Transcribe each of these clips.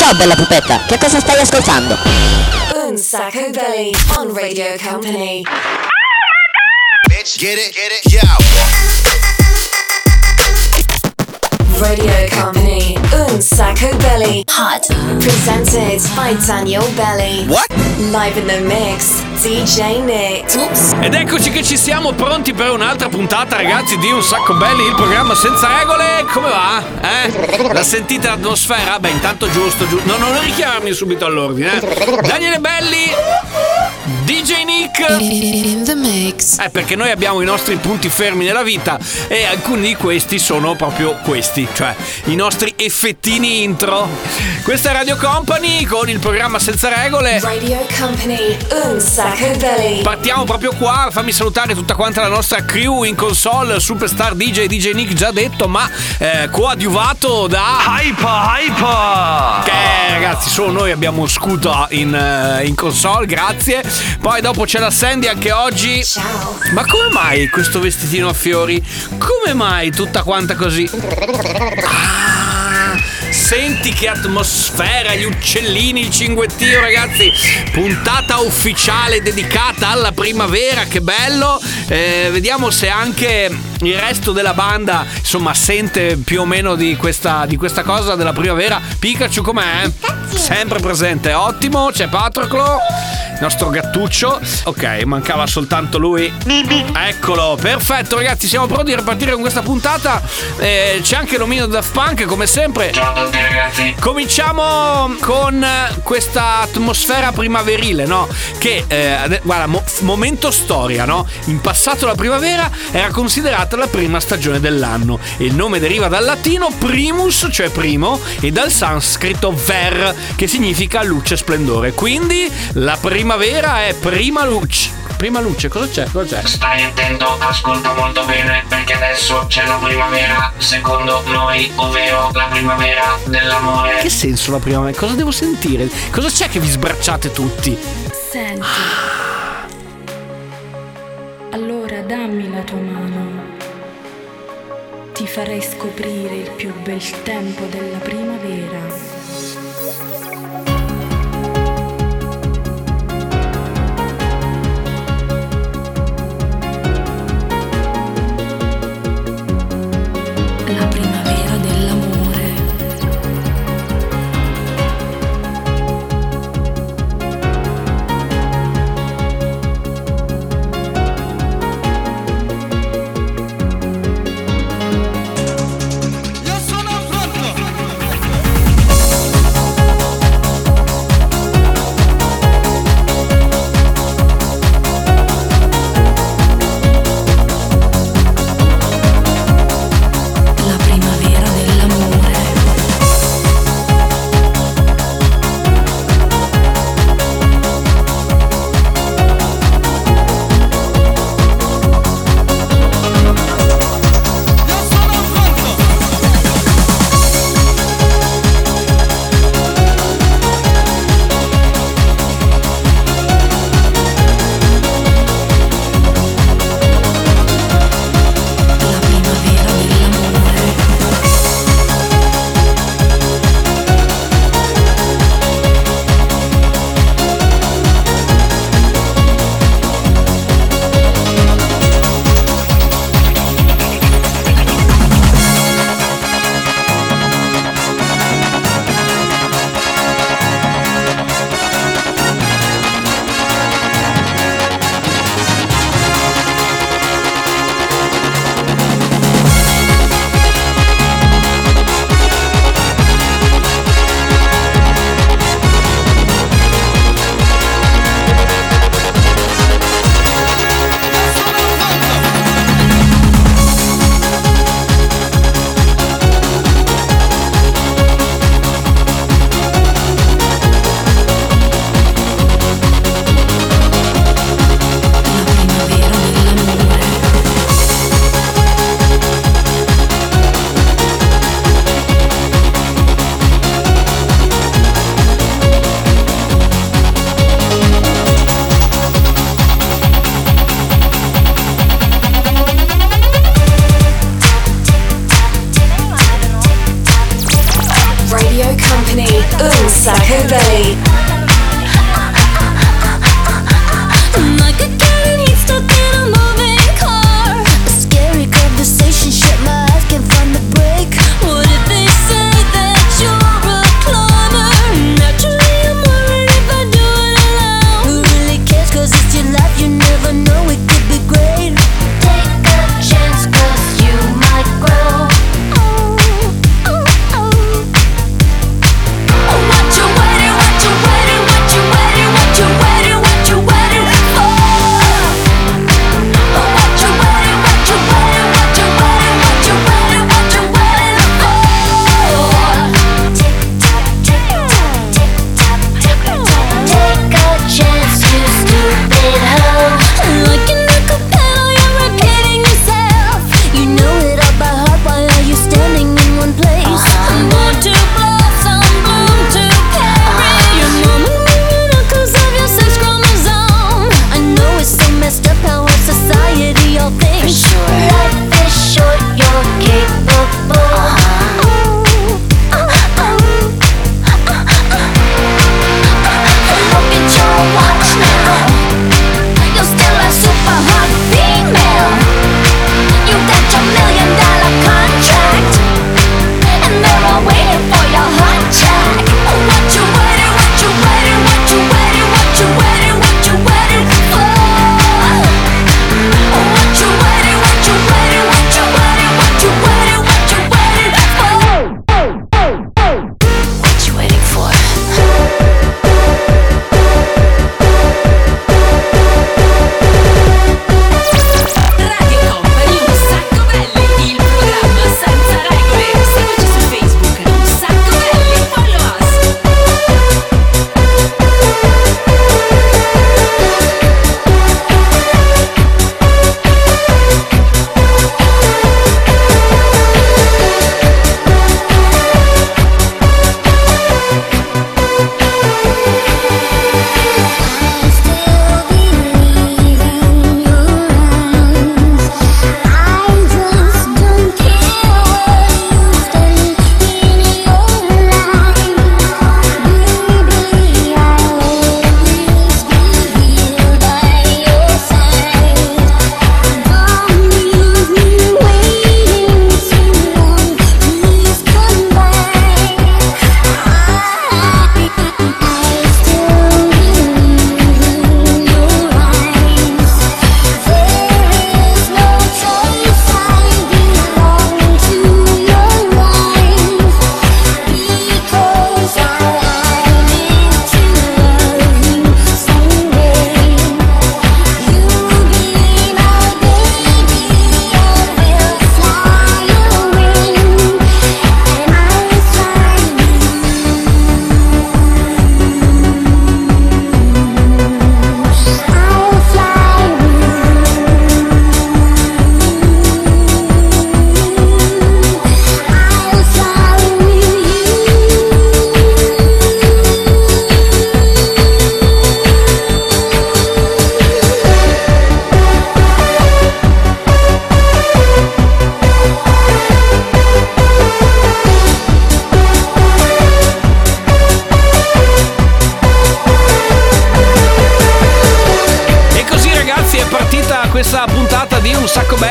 Ciao bella pupetta, che cosa stai ascoltando? Un Sacco Belly on Radio Company. Bitch, get it, yo. Radio Company, Un Sacco Belly. Hot. Presented by Daniel Belly. What? Live in the mix, DJ Nick. Oops. Ed eccoci che ci siamo pronti per un'altra puntata, ragazzi, di Un Sacco Belli, il programma senza regole. Come va? La sentite l'atmosfera? Beh, intanto giusto. No, non richiamarmi subito all'ordine, Daniele Belli, DJ Nick. In the mix. Perché noi abbiamo i nostri punti fermi nella vita e alcuni di questi sono proprio questi, cioè i nostri effettini intro. Questa è Radio Company con il programma senza regole. Radio Company, Un Sacco Belly. Partiamo proprio qua, fammi salutare tutta quanta la nostra crew in console, Superstar DJ Nick già detto, ma coadiuvato da Hyper che ragazzi solo noi abbiamo scudo in console, grazie. Poi dopo c'è la Sandy anche oggi. Ciao. Ma come mai questo vestitino a fiori? Come mai tutta quanta così? Senti che atmosfera, gli uccellini, il cinguettio, ragazzi. Puntata ufficiale dedicata alla primavera, che bello. Vediamo se anche il resto della banda insomma sente più o meno di questa cosa della primavera. Pikachu com'è? Sempre presente, ottimo. C'è Patroclo, il nostro gattuccio. Ok, mancava soltanto lui. Eccolo, perfetto ragazzi, siamo pronti a ripartire con questa puntata. C'è anche l'omino di Daft Punk come sempre. Ciao a tutti ragazzi. Cominciamo con questa atmosfera primaverile, no? Che guarda, momento storia, no? In passato la primavera era considerata la prima stagione dell'anno. Il nome deriva dal latino primus, cioè primo, e dal sanscrito ver, che significa luce, splendore. Quindi la primavera è prima luce. Prima luce, cosa c'è? Stai attento, ascolta molto bene, perché adesso c'è la primavera, secondo noi, ovvero la primavera dell'amore. Che senso la primavera? Cosa devo sentire? Cosa c'è che vi sbracciate tutti? Senti. Allora dammi la tua mano. Ti farei scoprire il più bel tempo della primavera. La primavera dell'amore. Io sono pronto.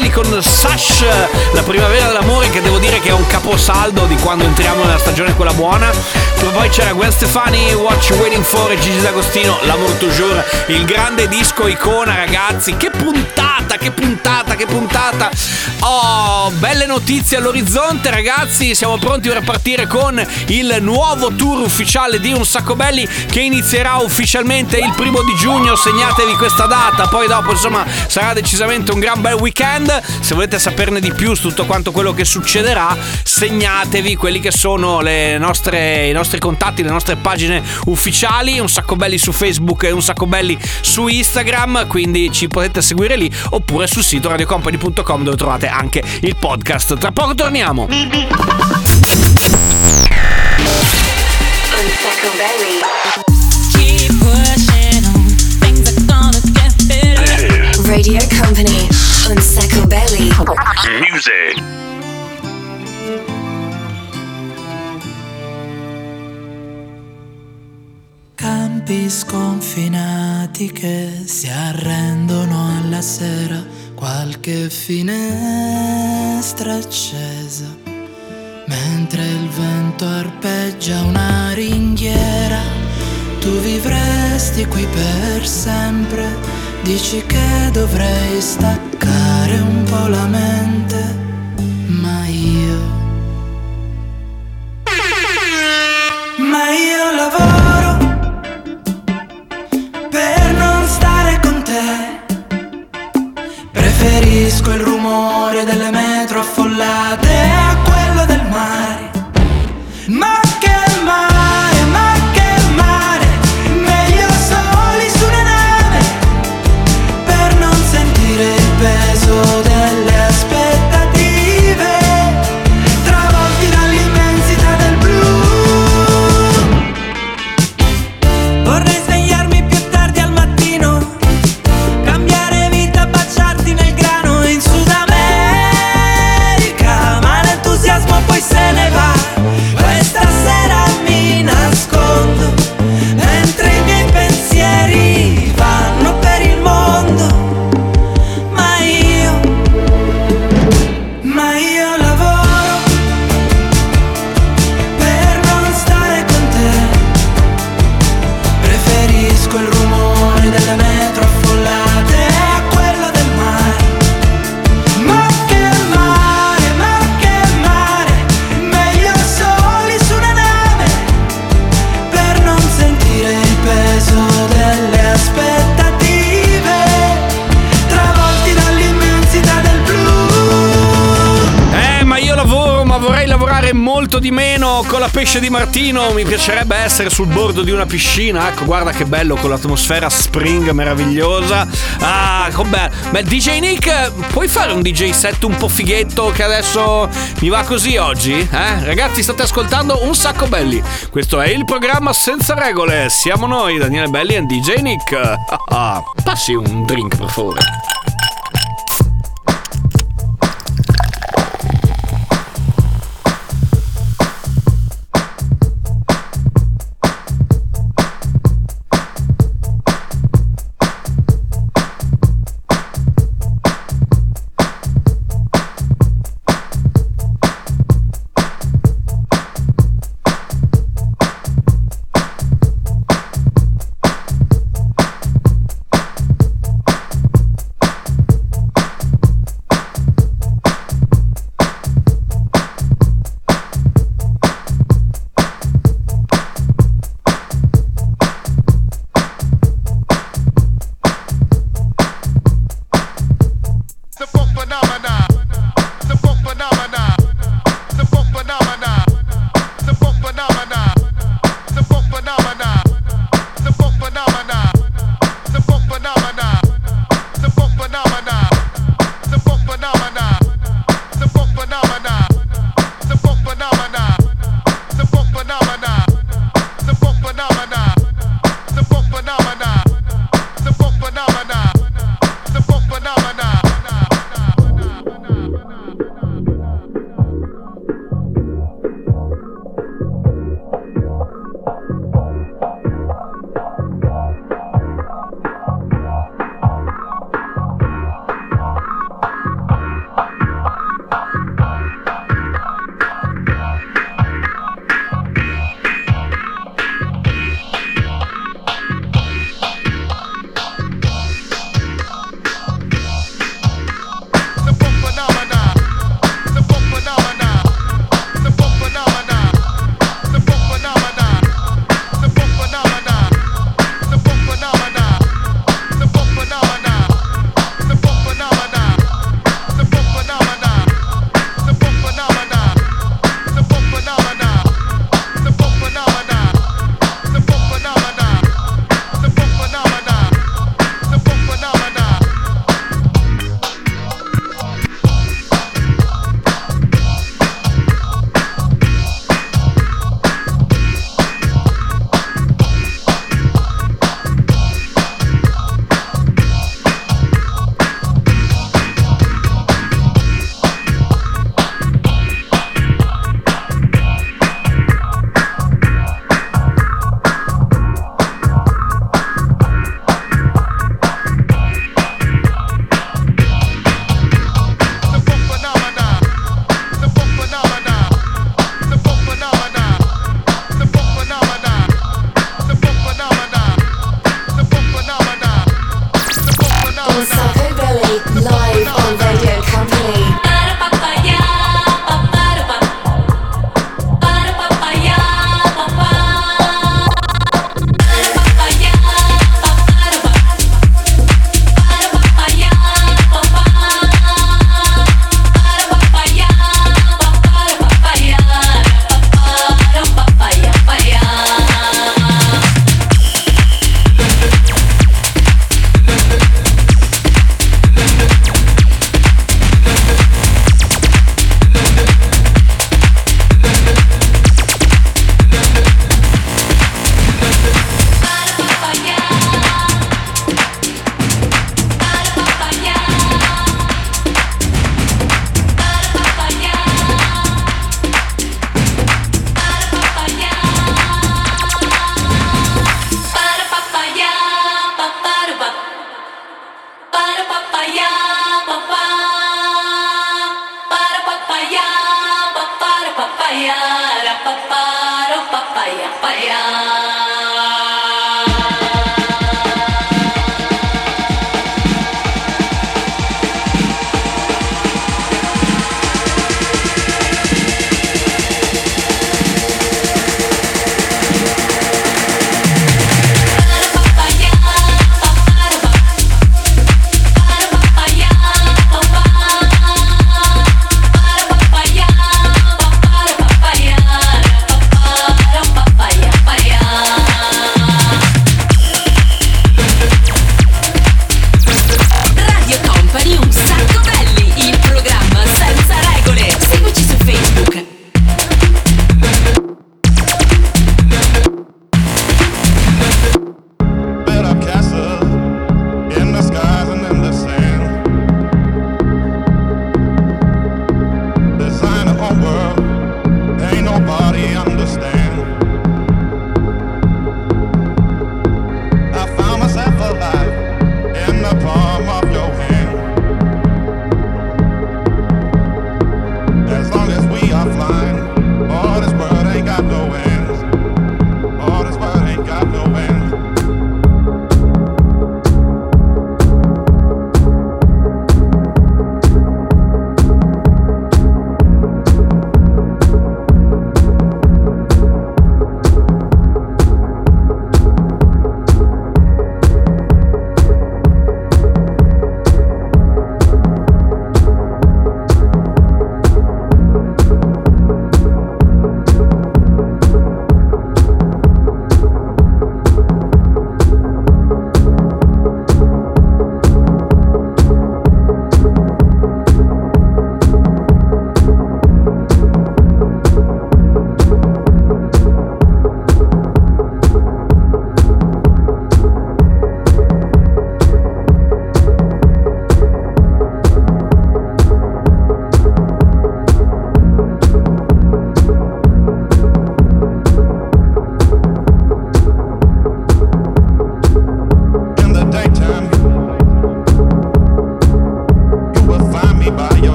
Belli con Sash, la primavera dell'amore, che devo dire che è un caposaldo di quando entriamo nella stagione quella buona. Poi c'era Gwen Stefani, What You Waiting For, e Gigi D'Agostino, L'amour toujours, il grande disco icona, ragazzi. Che puntata, che puntata, che puntata. Oh, belle notizie all'orizzonte, ragazzi. Siamo pronti per partire con il nuovo tour ufficiale di Un Sacco Belli, che inizierà ufficialmente il 1° di giugno. Segnatevi questa data. Poi dopo, insomma, sarà decisamente un gran bel weekend. Se volete saperne di più su tutto quanto quello che succederà, segnatevi quelli che sono i nostri contatti, le nostre pagine ufficiali. Un Sacco Belli su Facebook e Un Sacco Belli su Instagram, quindi ci potete seguire lì, oppure sul sito radiocompany.com, dove trovate anche il podcast. Tra poco torniamo. Radio Company, Un Sacco Belli. Music. Campi sconfinati che si arrendono alla sera, qualche finestra accesa, mentre il vento arpeggia una ringhiera. Tu vivresti qui per sempre, dici che dovrei staccare un po' la mente, ma io lavoro per non stare con te. Preferisco il rumore delle metro affollate a quello del mare. Ma che mare, ma che mare, meglio soli su una nave, per non sentire il peso delle aspettative, travolti dall'immensità del blu. Vorrei svegliarmi più tardi al mattino, cambiare vita, baciarti nel grano in Sud America, ma l'entusiasmo poi se ne va. Questa sera mi nascondo, mentre i miei pensieri vanno per il mondo. Ma io lavoro per non stare con te. Preferisco il rumore delle metro affollate a quello del mare. Ma che mare, meglio soli su una nave, per non sentire il peso delle aspettative, travolti dall'immensità del blu. Ma io lavoro, ma vorrei lavorare molto di meno. Con la Pesce di Martino mi piacerebbe essere sul bordo di una piscina. Ecco, guarda che bello, con l'atmosfera spring meravigliosa. Ah, com'è. Beh, DJ Nick, puoi fare un DJ set un po' fighetto, che adesso mi va così oggi? Ragazzi, state ascoltando Un Sacco Belli. Questo è il programma senza regole. Siamo noi, Daniele Belli e DJ Nick. Passi un drink, per favore.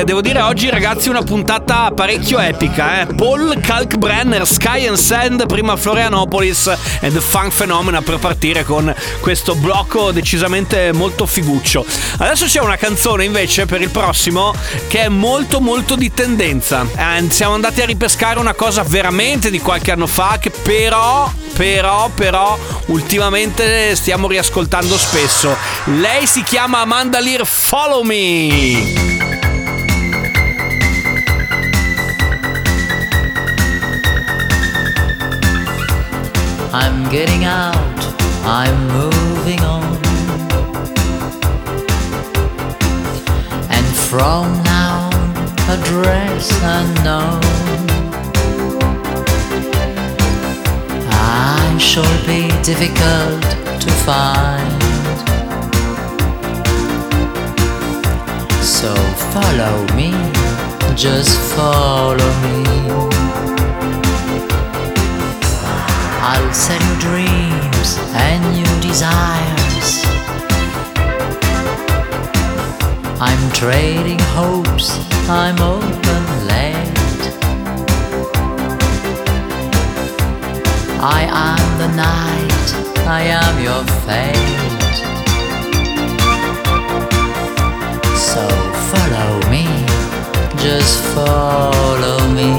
devo dire oggi ragazzi una puntata parecchio epica, Paul Kalkbrenner, Sky and Sand, prima Florianopolis e The Funk Phenomena per partire con questo blocco decisamente molto figuccio. Adesso c'è una canzone invece per il prossimo che è molto molto di tendenza. Siamo andati a ripescare una cosa veramente di qualche anno fa che però ultimamente stiamo riascoltando spesso. Lei si chiama Amanda Lear, Follow Me. I'm getting out, I'm moving on, and from now address unknown, I shall be difficult to find, so follow me, just follow me. I'll sell you dreams and new desires. I'm trading hopes, I'm open-legged. I am the night, I am your fate. So follow me, just follow me.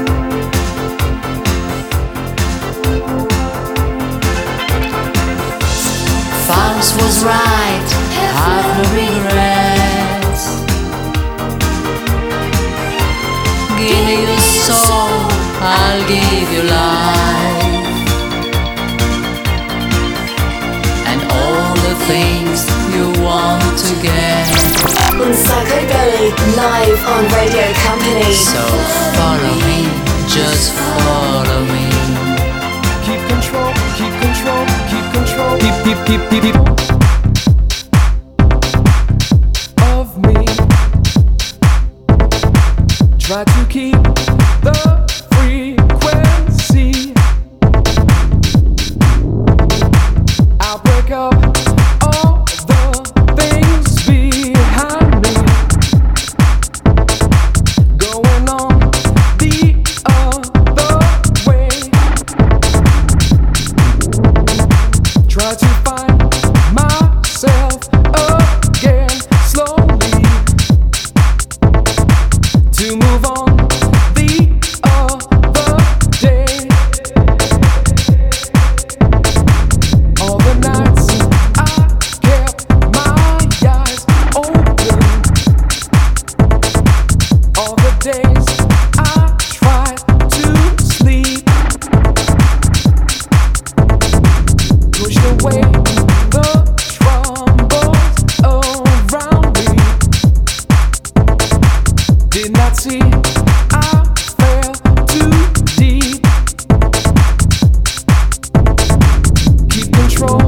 Faust was right, have no regrets. Give me your soul, I'll give you life, and all the things you want to get. Unsacco Gully, live on Radio Company. So follow me, just follow me. Keep control, keep control, keep control. Keep of me. Try to keep the frequency. I'll break up all the things behind me. Going on the other way. Try to find myself again slowly, to move on the other day. All the nights I kept my eyes open, all the days I tried to sleep, pushed away the troubles around me. Did not see I fell too deep. Keep control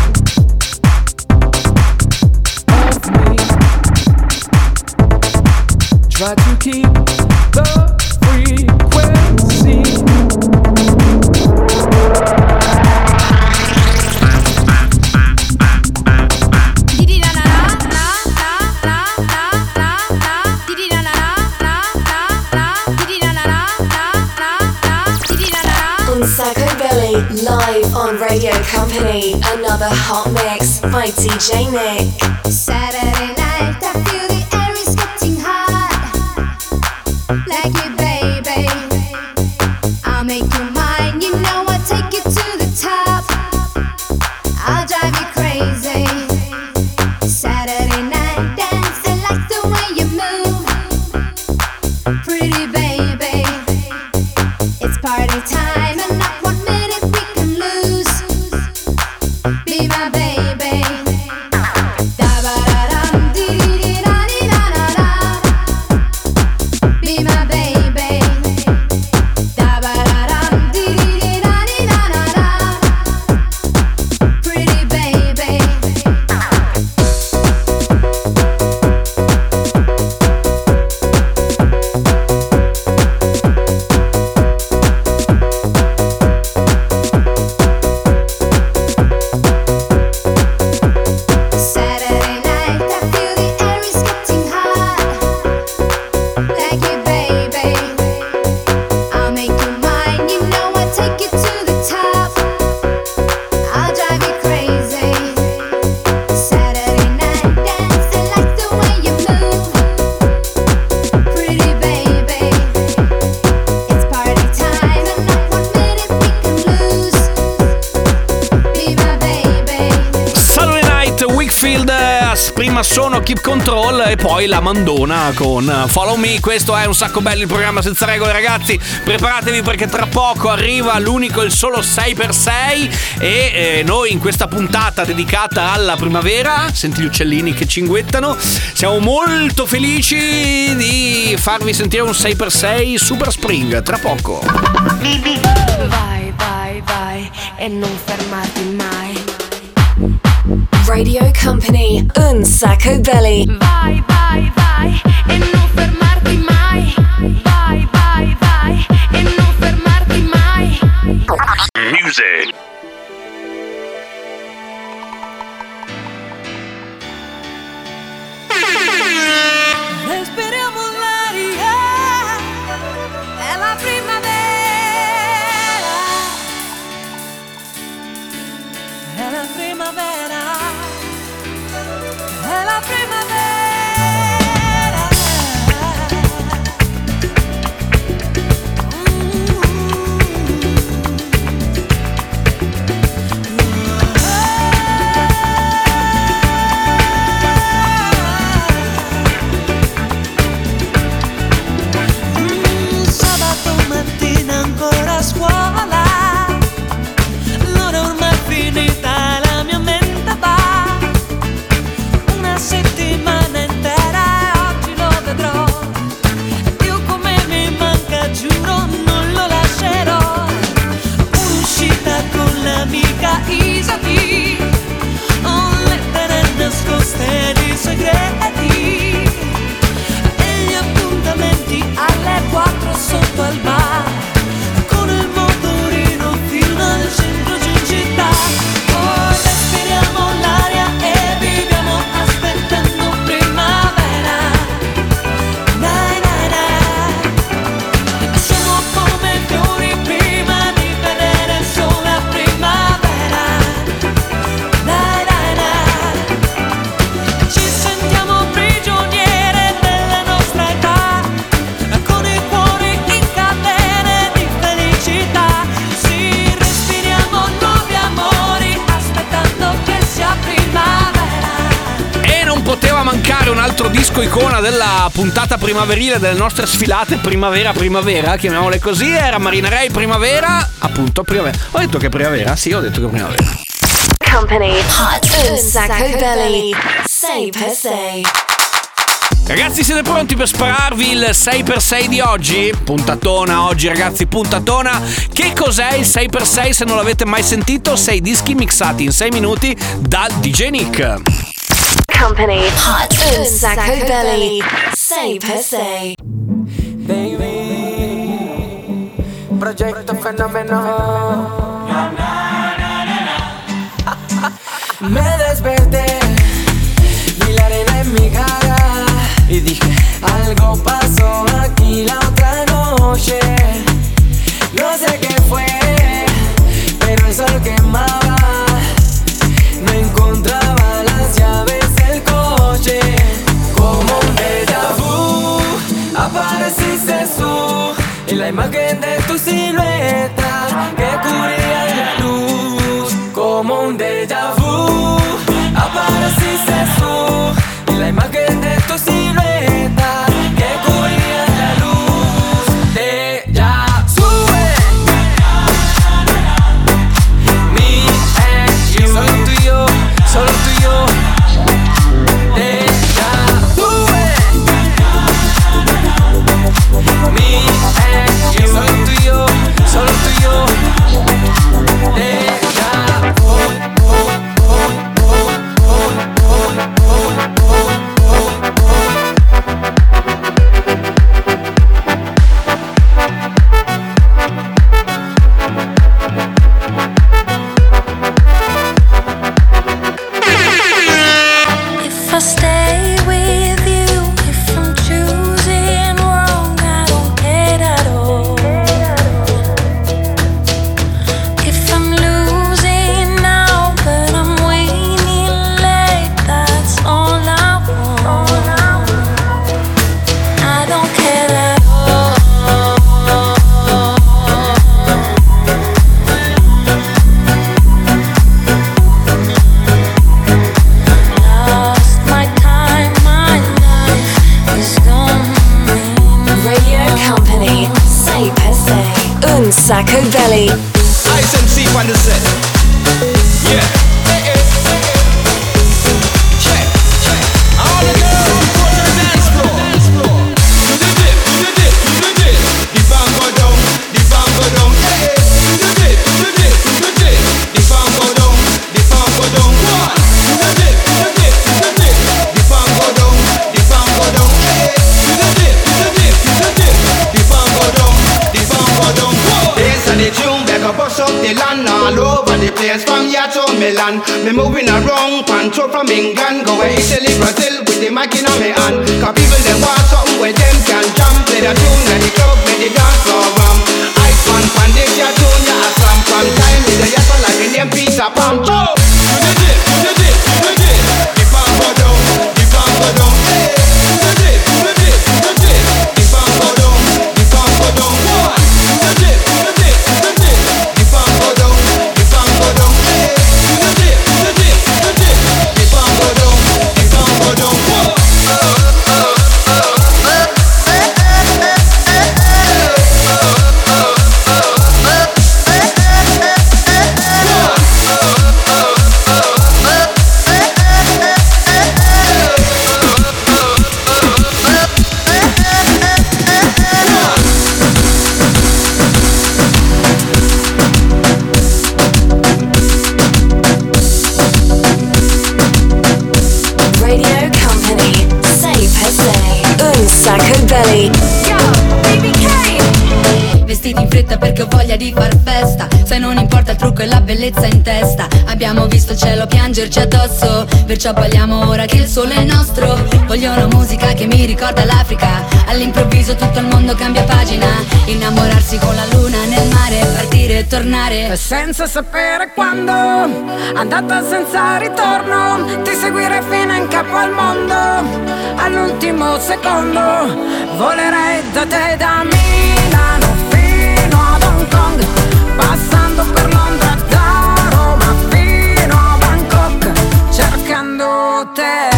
of me. Try to keep the frequency. Unsacco Belly, live on Radio Company. Another hot mix by DJ Nick. Saturday night, I feel the air is getting hot. Like you, baby. I'll make you mine, you know I'll take you to the top. I'll drive you crazy. Saturday night dance, I like the way you move. Pretty baby, it's party time and not 1 minute we can lose. Be my baby. Da ba da dum dee dee dee. prima sono Keep Control e poi la Mandona con Follow Me. Questo è Un Sacco Belli, il programma senza regole, ragazzi. Preparatevi perché tra poco arriva l'unico e il solo 6x6 e noi in questa puntata dedicata alla primavera, senti gli uccellini che cinguettano, siamo molto felici di farvi sentire un 6x6 Super Spring tra poco. Vai, vai, vai e non fermarti mai. Radio Company, Un Sacco Belli. Vai, vai, vai e non fermarti mai. Vai, vai, vai e non fermarti mai. Music. Respiriamo l'aria, è la primavera, è la primavera, è la primavera. Sabato mattina ancora a scuola, l'ora ormai finita, la mia mente va. Una settimana intera e oggi lo vedrò. Dio come mi manca, giuro non lo lascerò. Un'uscita con l'amica Isabi, ho lettere nascoste di segreti e gli appuntamenti alle 4 sotto al bar, con il motorino fino al centro di città. Poi respiriamo l'aria e viviamo aspettando primavera. Dai, dai, dai, siamo come fiori prima di vedere il sole a primavera. Dai, dai, dai, ci sentiamo prigioniere della nostra età, con i cuori in catene di felicità. Sì, respiriamo nuovi amori, aspettando che sia primavera. E non poteva mancare un altro disco icona della puntata primaverile delle nostre sfilate primavera, chiamiamole così. Era Marina Ray, Primavera, appunto primavera. Ho detto che è primavera? Sì, ho detto che è primavera. Company, Un Sacco Belli, 6x6. Ragazzi, siete pronti per spararvi il 6x6 di oggi? Puntatona oggi, ragazzi, puntatona. Che cos'è il 6x6 se non l'avete mai sentito? 6 dischi mixati in 6 minuti da DJ Nick. Company, Un Sacco Belli, 6x6. Baby, progetto fenomeno. Me desperté y la arena en mi cara y dije, algo pasó aquí la otra noche. No sé qué fue, pero el sol quemaba. No encontraba las llaves del coche. Como un déjà vu, apareciste tú en la imagen de tu silueta que cubría la luz. Como un déjà vu, apareciste tú en la imagen de tu silueta que cubría la luz. on the set. Yeah. Check. All the girls go to the dance floor. Do the dip. The bang go down. Yeah. Do the dip. The bang go down. One. Do the dip. The bang go down. Yeah. Do the dip. The bang go down. One. This and the tune back up bust up the land all over the place from here to Milan. Me moving around, control from England, go to Italy, Brazil with the mic in my hand. Cause people them want something where them can jam. Play the tune at the club, make the dance floor ram. Ice man, this your tune, ya a slam. From time with the yes, like the name Peter Pan. Do the dip. The bang go down. Hey. Do the dip. The bang go down. One. Do the dip. The bang go down. Hey. Do the dip. The bang go down. One. Radio Company, sei per sé, un sacco belli. Vestiti in fretta perché ho voglia di far festa. Se non importa il trucco e la bellezza in testa. Abbiamo visto il cielo piangerci addosso, perciò balliamo ora che il sole è nostro. Voglio una musica che mi ricorda l'Africa. All'improvviso tutto il mondo cambia pagina. Innamorarsi con la luna nel mare, partire e tornare senza sapere quando, andata senza ritorno. Ti seguirei fino in capo al mondo. All'ultimo secondo volerei da te, da Milano fino ad Hong Kong, passando per Londra, da Roma fino a Bangkok, cercando te.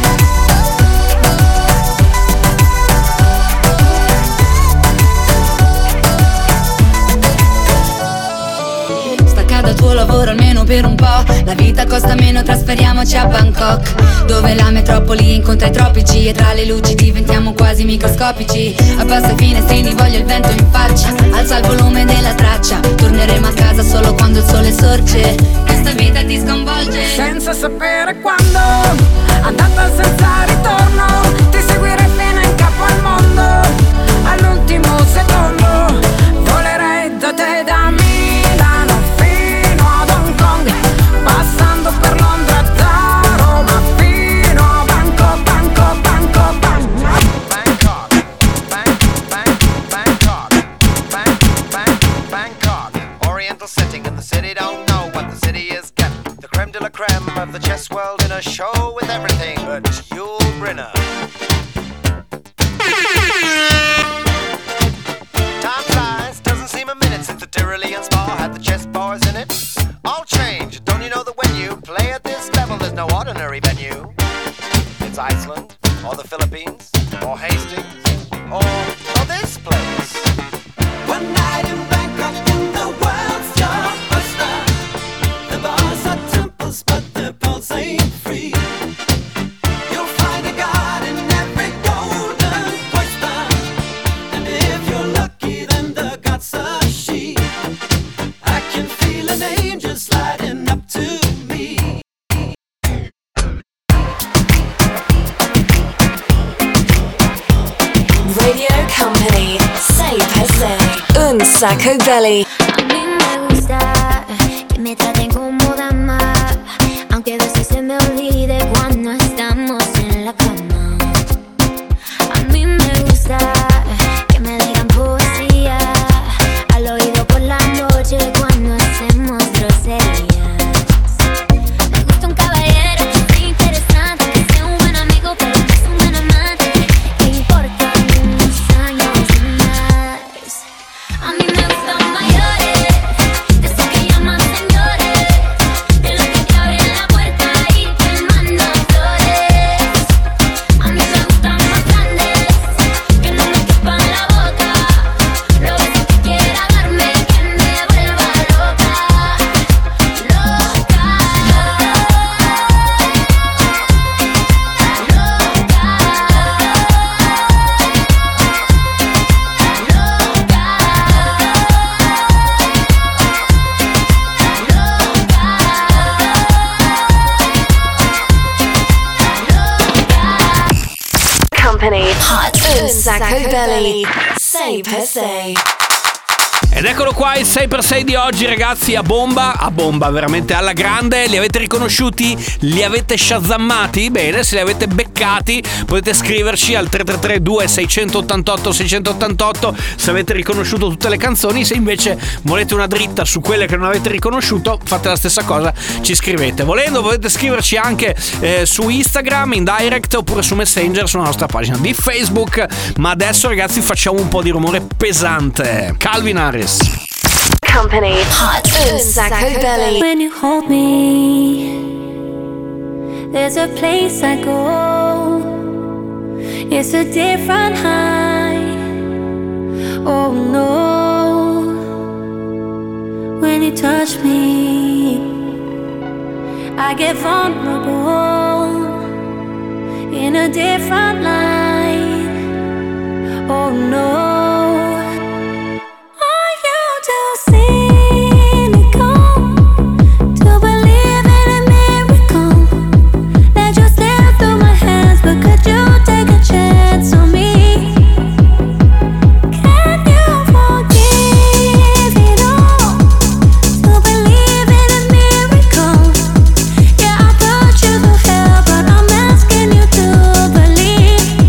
Dal tuo lavoro almeno per un po'. La vita costa meno, trasferiamoci a Bangkok, dove la metropoli incontra i tropici. E tra le luci diventiamo quasi microscopici. Abbassa i finestrini, voglio il vento in faccia. Alza il volume della traccia. Torneremo a casa solo quando il sole sorge. Questa vita ti sconvolge senza sapere quando, andata senza ritorno. Ti seguirei fino in capo al mondo. All'ultimo secondo volerei da te, da Milano fino ad Hong Kong, passando per Londra, da Roma fino a Bangkok, Bangkok, Bangkok, Bangkok. Oriental setting in the city, don't know what the city is getting. The creme de la creme of the chess world in a show with everything but Yul Brynner. Time flies, doesn't seem a minute since the Tyrolean Spa had the chess bars in it. All change, don't you know that when you play at this level, there's no ordinary venue? It's Iceland, or the Philippines, or Hastings, or this place. One night in Bangkok in the world's your oyster. The bars are temples, but the pulse ain't free. You'll find a god in every golden oyster, and if you're lucky, then the god's a she. I can feel an angel sliding up to me. Radio Company, sei per sé, un sacco belli. A mí me gusta que me traten como dama, aunque a veces se me olvide cuando estamos en la cama. A mí me gusta que me digan poesía al oído por la noche cuando hacemos groserías. Me gusta un caballero que sea interesante, que sea un buen amigo pero que sea un buen amante, que importa unos años más. A mí me gustan mayores, de esos que llaman señores. Sacco Belly, 6 per 6. Ed eccolo qua il 6x6 di oggi, ragazzi, a bomba, veramente alla grande. Li avete riconosciuti? Li avete shazammati? Bene, se li avete beccati potete scriverci al 333 2688 688 se avete riconosciuto tutte le canzoni. Se invece volete una dritta su quelle che non avete riconosciuto, fate la stessa cosa, ci scrivete. Volendo potete scriverci anche su Instagram in direct oppure su Messenger sulla nostra pagina di Facebook. Ma adesso, ragazzi, facciamo un po' di rumore pesante. Calvin Harris. Company Hot Sacco Belly. When you hold me, there's a place I go. It's a different high. Oh no. When you touch me, I get vulnerable in a different light. Oh no. Believe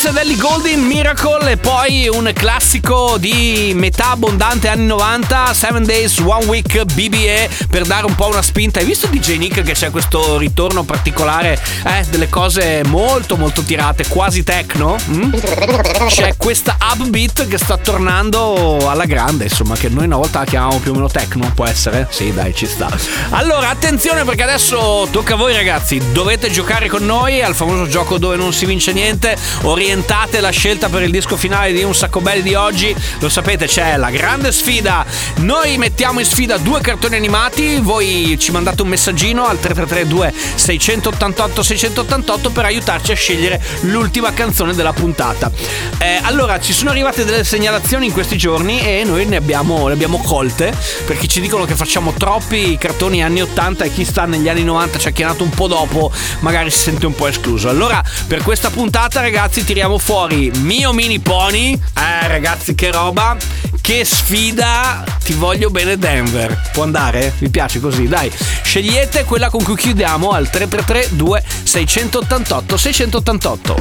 Elvis ed Ellie Goulding, Miracle, e poi un classico di metà abbondante anni 90, 7 Days, 1 Week, BBE, per dare un po' una spinta. Hai visto DJ Nick che c'è questo ritorno particolare, delle cose molto molto tirate, quasi techno? C'è questa upbeat che sta tornando alla grande, insomma, che noi una volta la chiamavamo più o meno techno, può essere? Sì, dai, ci sta. Allora, attenzione, perché adesso tocca a voi ragazzi, dovete giocare con noi al famoso gioco dove non si vince niente. Orientate la scelta per il disco finale di Un Sacco Belli di oggi, lo sapete, c'è la grande sfida. Noi mettiamo in sfida 2 cartoni animati, voi ci mandate un messaggino al 3332 688 688 per aiutarci a scegliere l'ultima canzone della puntata. Allora, ci sono arrivate delle segnalazioni in questi giorni e noi le abbiamo colte, perché ci dicono che facciamo troppi cartoni anni 80 e chi sta negli anni 90 ci ha chiamato un po' dopo, magari si sente un po' escluso. Allora, per questa puntata ragazzi tiriamo fuori Mio Mini Pony. Ragazzi, che roba, che sfida, Ti voglio bene Denver. Può andare? Vi piace così? Dai, scegliete quella con cui chiudiamo al 3332 688 688.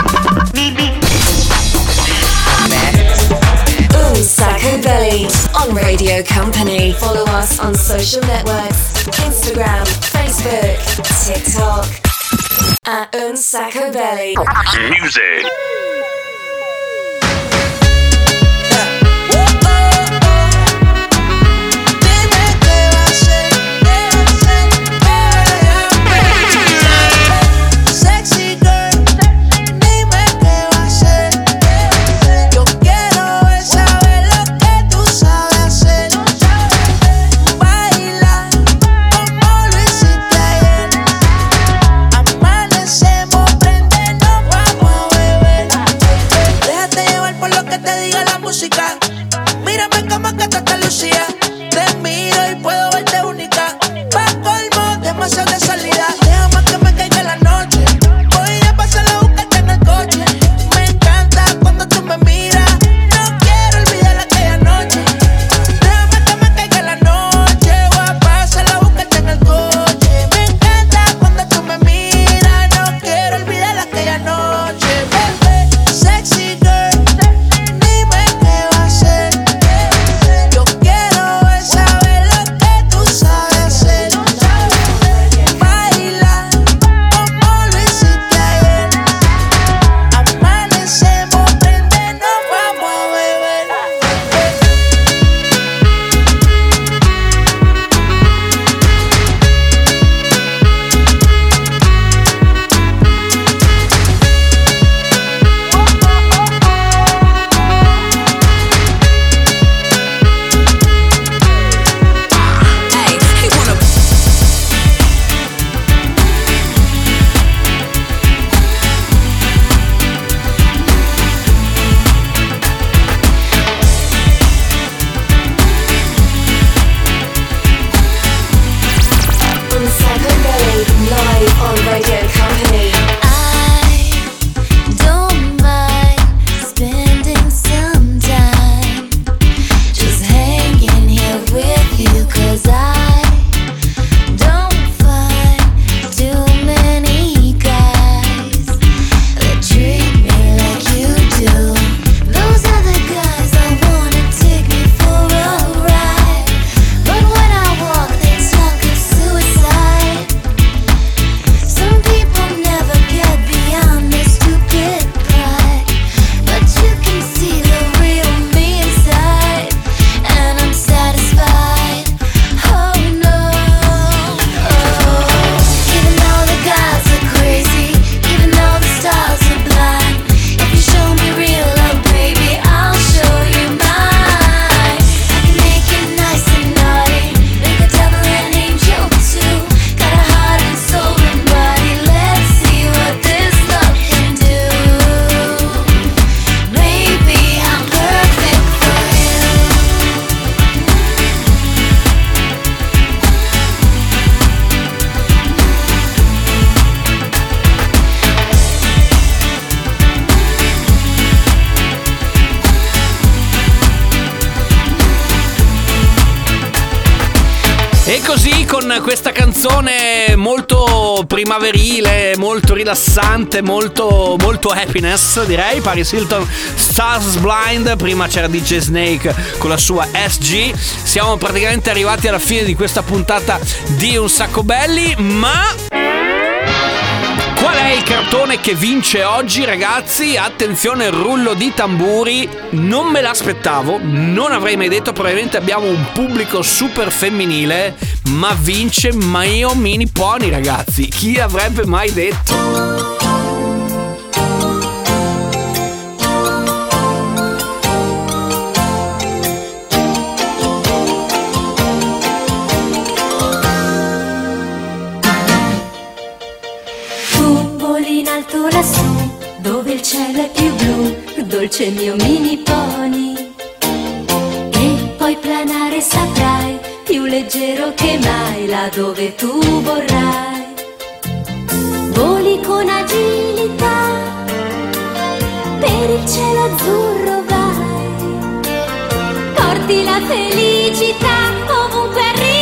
Un Sacco Belly on Radio Company. Follow us on social networks: Instagram, Facebook, TikTok at Un Sacco Belly. Music. Amanecemos, prende, nos vamos a beber. con questa canzone molto primaverile, molto rilassante, molto happiness, direi. Paris Hilton, Stars Blind. Prima c'era DJ Snake con la sua SG. Siamo praticamente arrivati alla fine di questa puntata di Un Sacco Belli, ma qual è il cartone che vince oggi, ragazzi? Attenzione, rullo di tamburi. Non me l'aspettavo, non avrei mai detto. Probabilmente abbiamo un pubblico super femminile, ma vince My Mini Pony, ragazzi. Chi avrebbe mai detto? In alto lassù, dove il cielo è più blu, dolce mio mini pony. E poi planare saprai, più leggero che mai, là dove tu vorrai. Voli con agilità, per il cielo azzurro vai. Porti la felicità ovunque arriverai.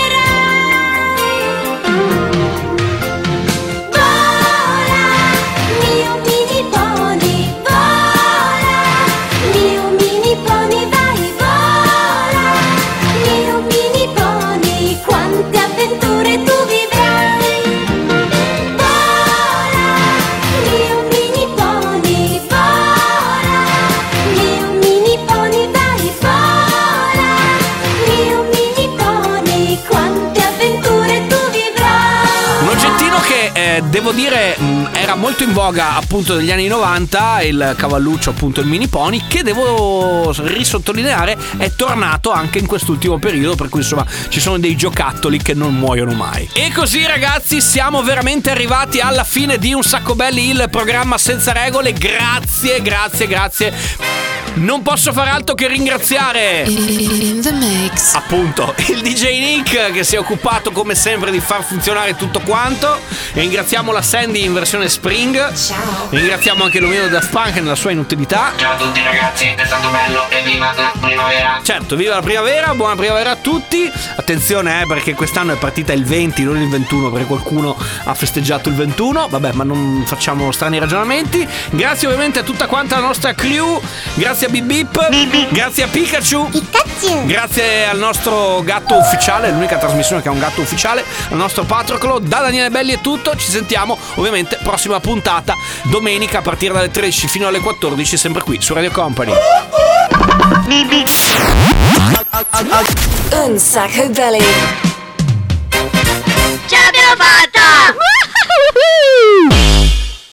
Devo dire, era molto in voga appunto negli anni 90 il cavalluccio, appunto il mini pony, che devo risottolineare è tornato anche in quest'ultimo periodo, per cui insomma ci sono dei giocattoli che non muoiono mai. E così, ragazzi, siamo veramente arrivati alla fine di Un Sacco Belli, il programma senza regole. Grazie. Non posso far altro che ringraziare In the mix, appunto il DJ Nick, che si è occupato come sempre di far funzionare tutto quanto. Ringraziamo la Sandy in versione Spring. Ciao. Ringraziamo anche l'omino Daft Punk nella sua inutilità. Ciao a tutti ragazzi, è stato bello e viva la primavera. Certo, viva la primavera, buona primavera a tutti. Attenzione perché quest'anno è partita il 20, non il 21, perché qualcuno ha festeggiato il 21. Vabbè, ma non facciamo strani ragionamenti. Grazie ovviamente a tutta quanta la nostra crew. Grazie a Bip Bip. Grazie a Pikachu. Grazie al nostro gatto ufficiale, l'unica trasmissione che ha un gatto ufficiale, al nostro Patroclo. Da Daniele Belli è tutto. Ci sentiamo ovviamente prossima puntata domenica a partire dalle 13 fino alle 14, sempre qui su Radio Company. Un Sacco Belli.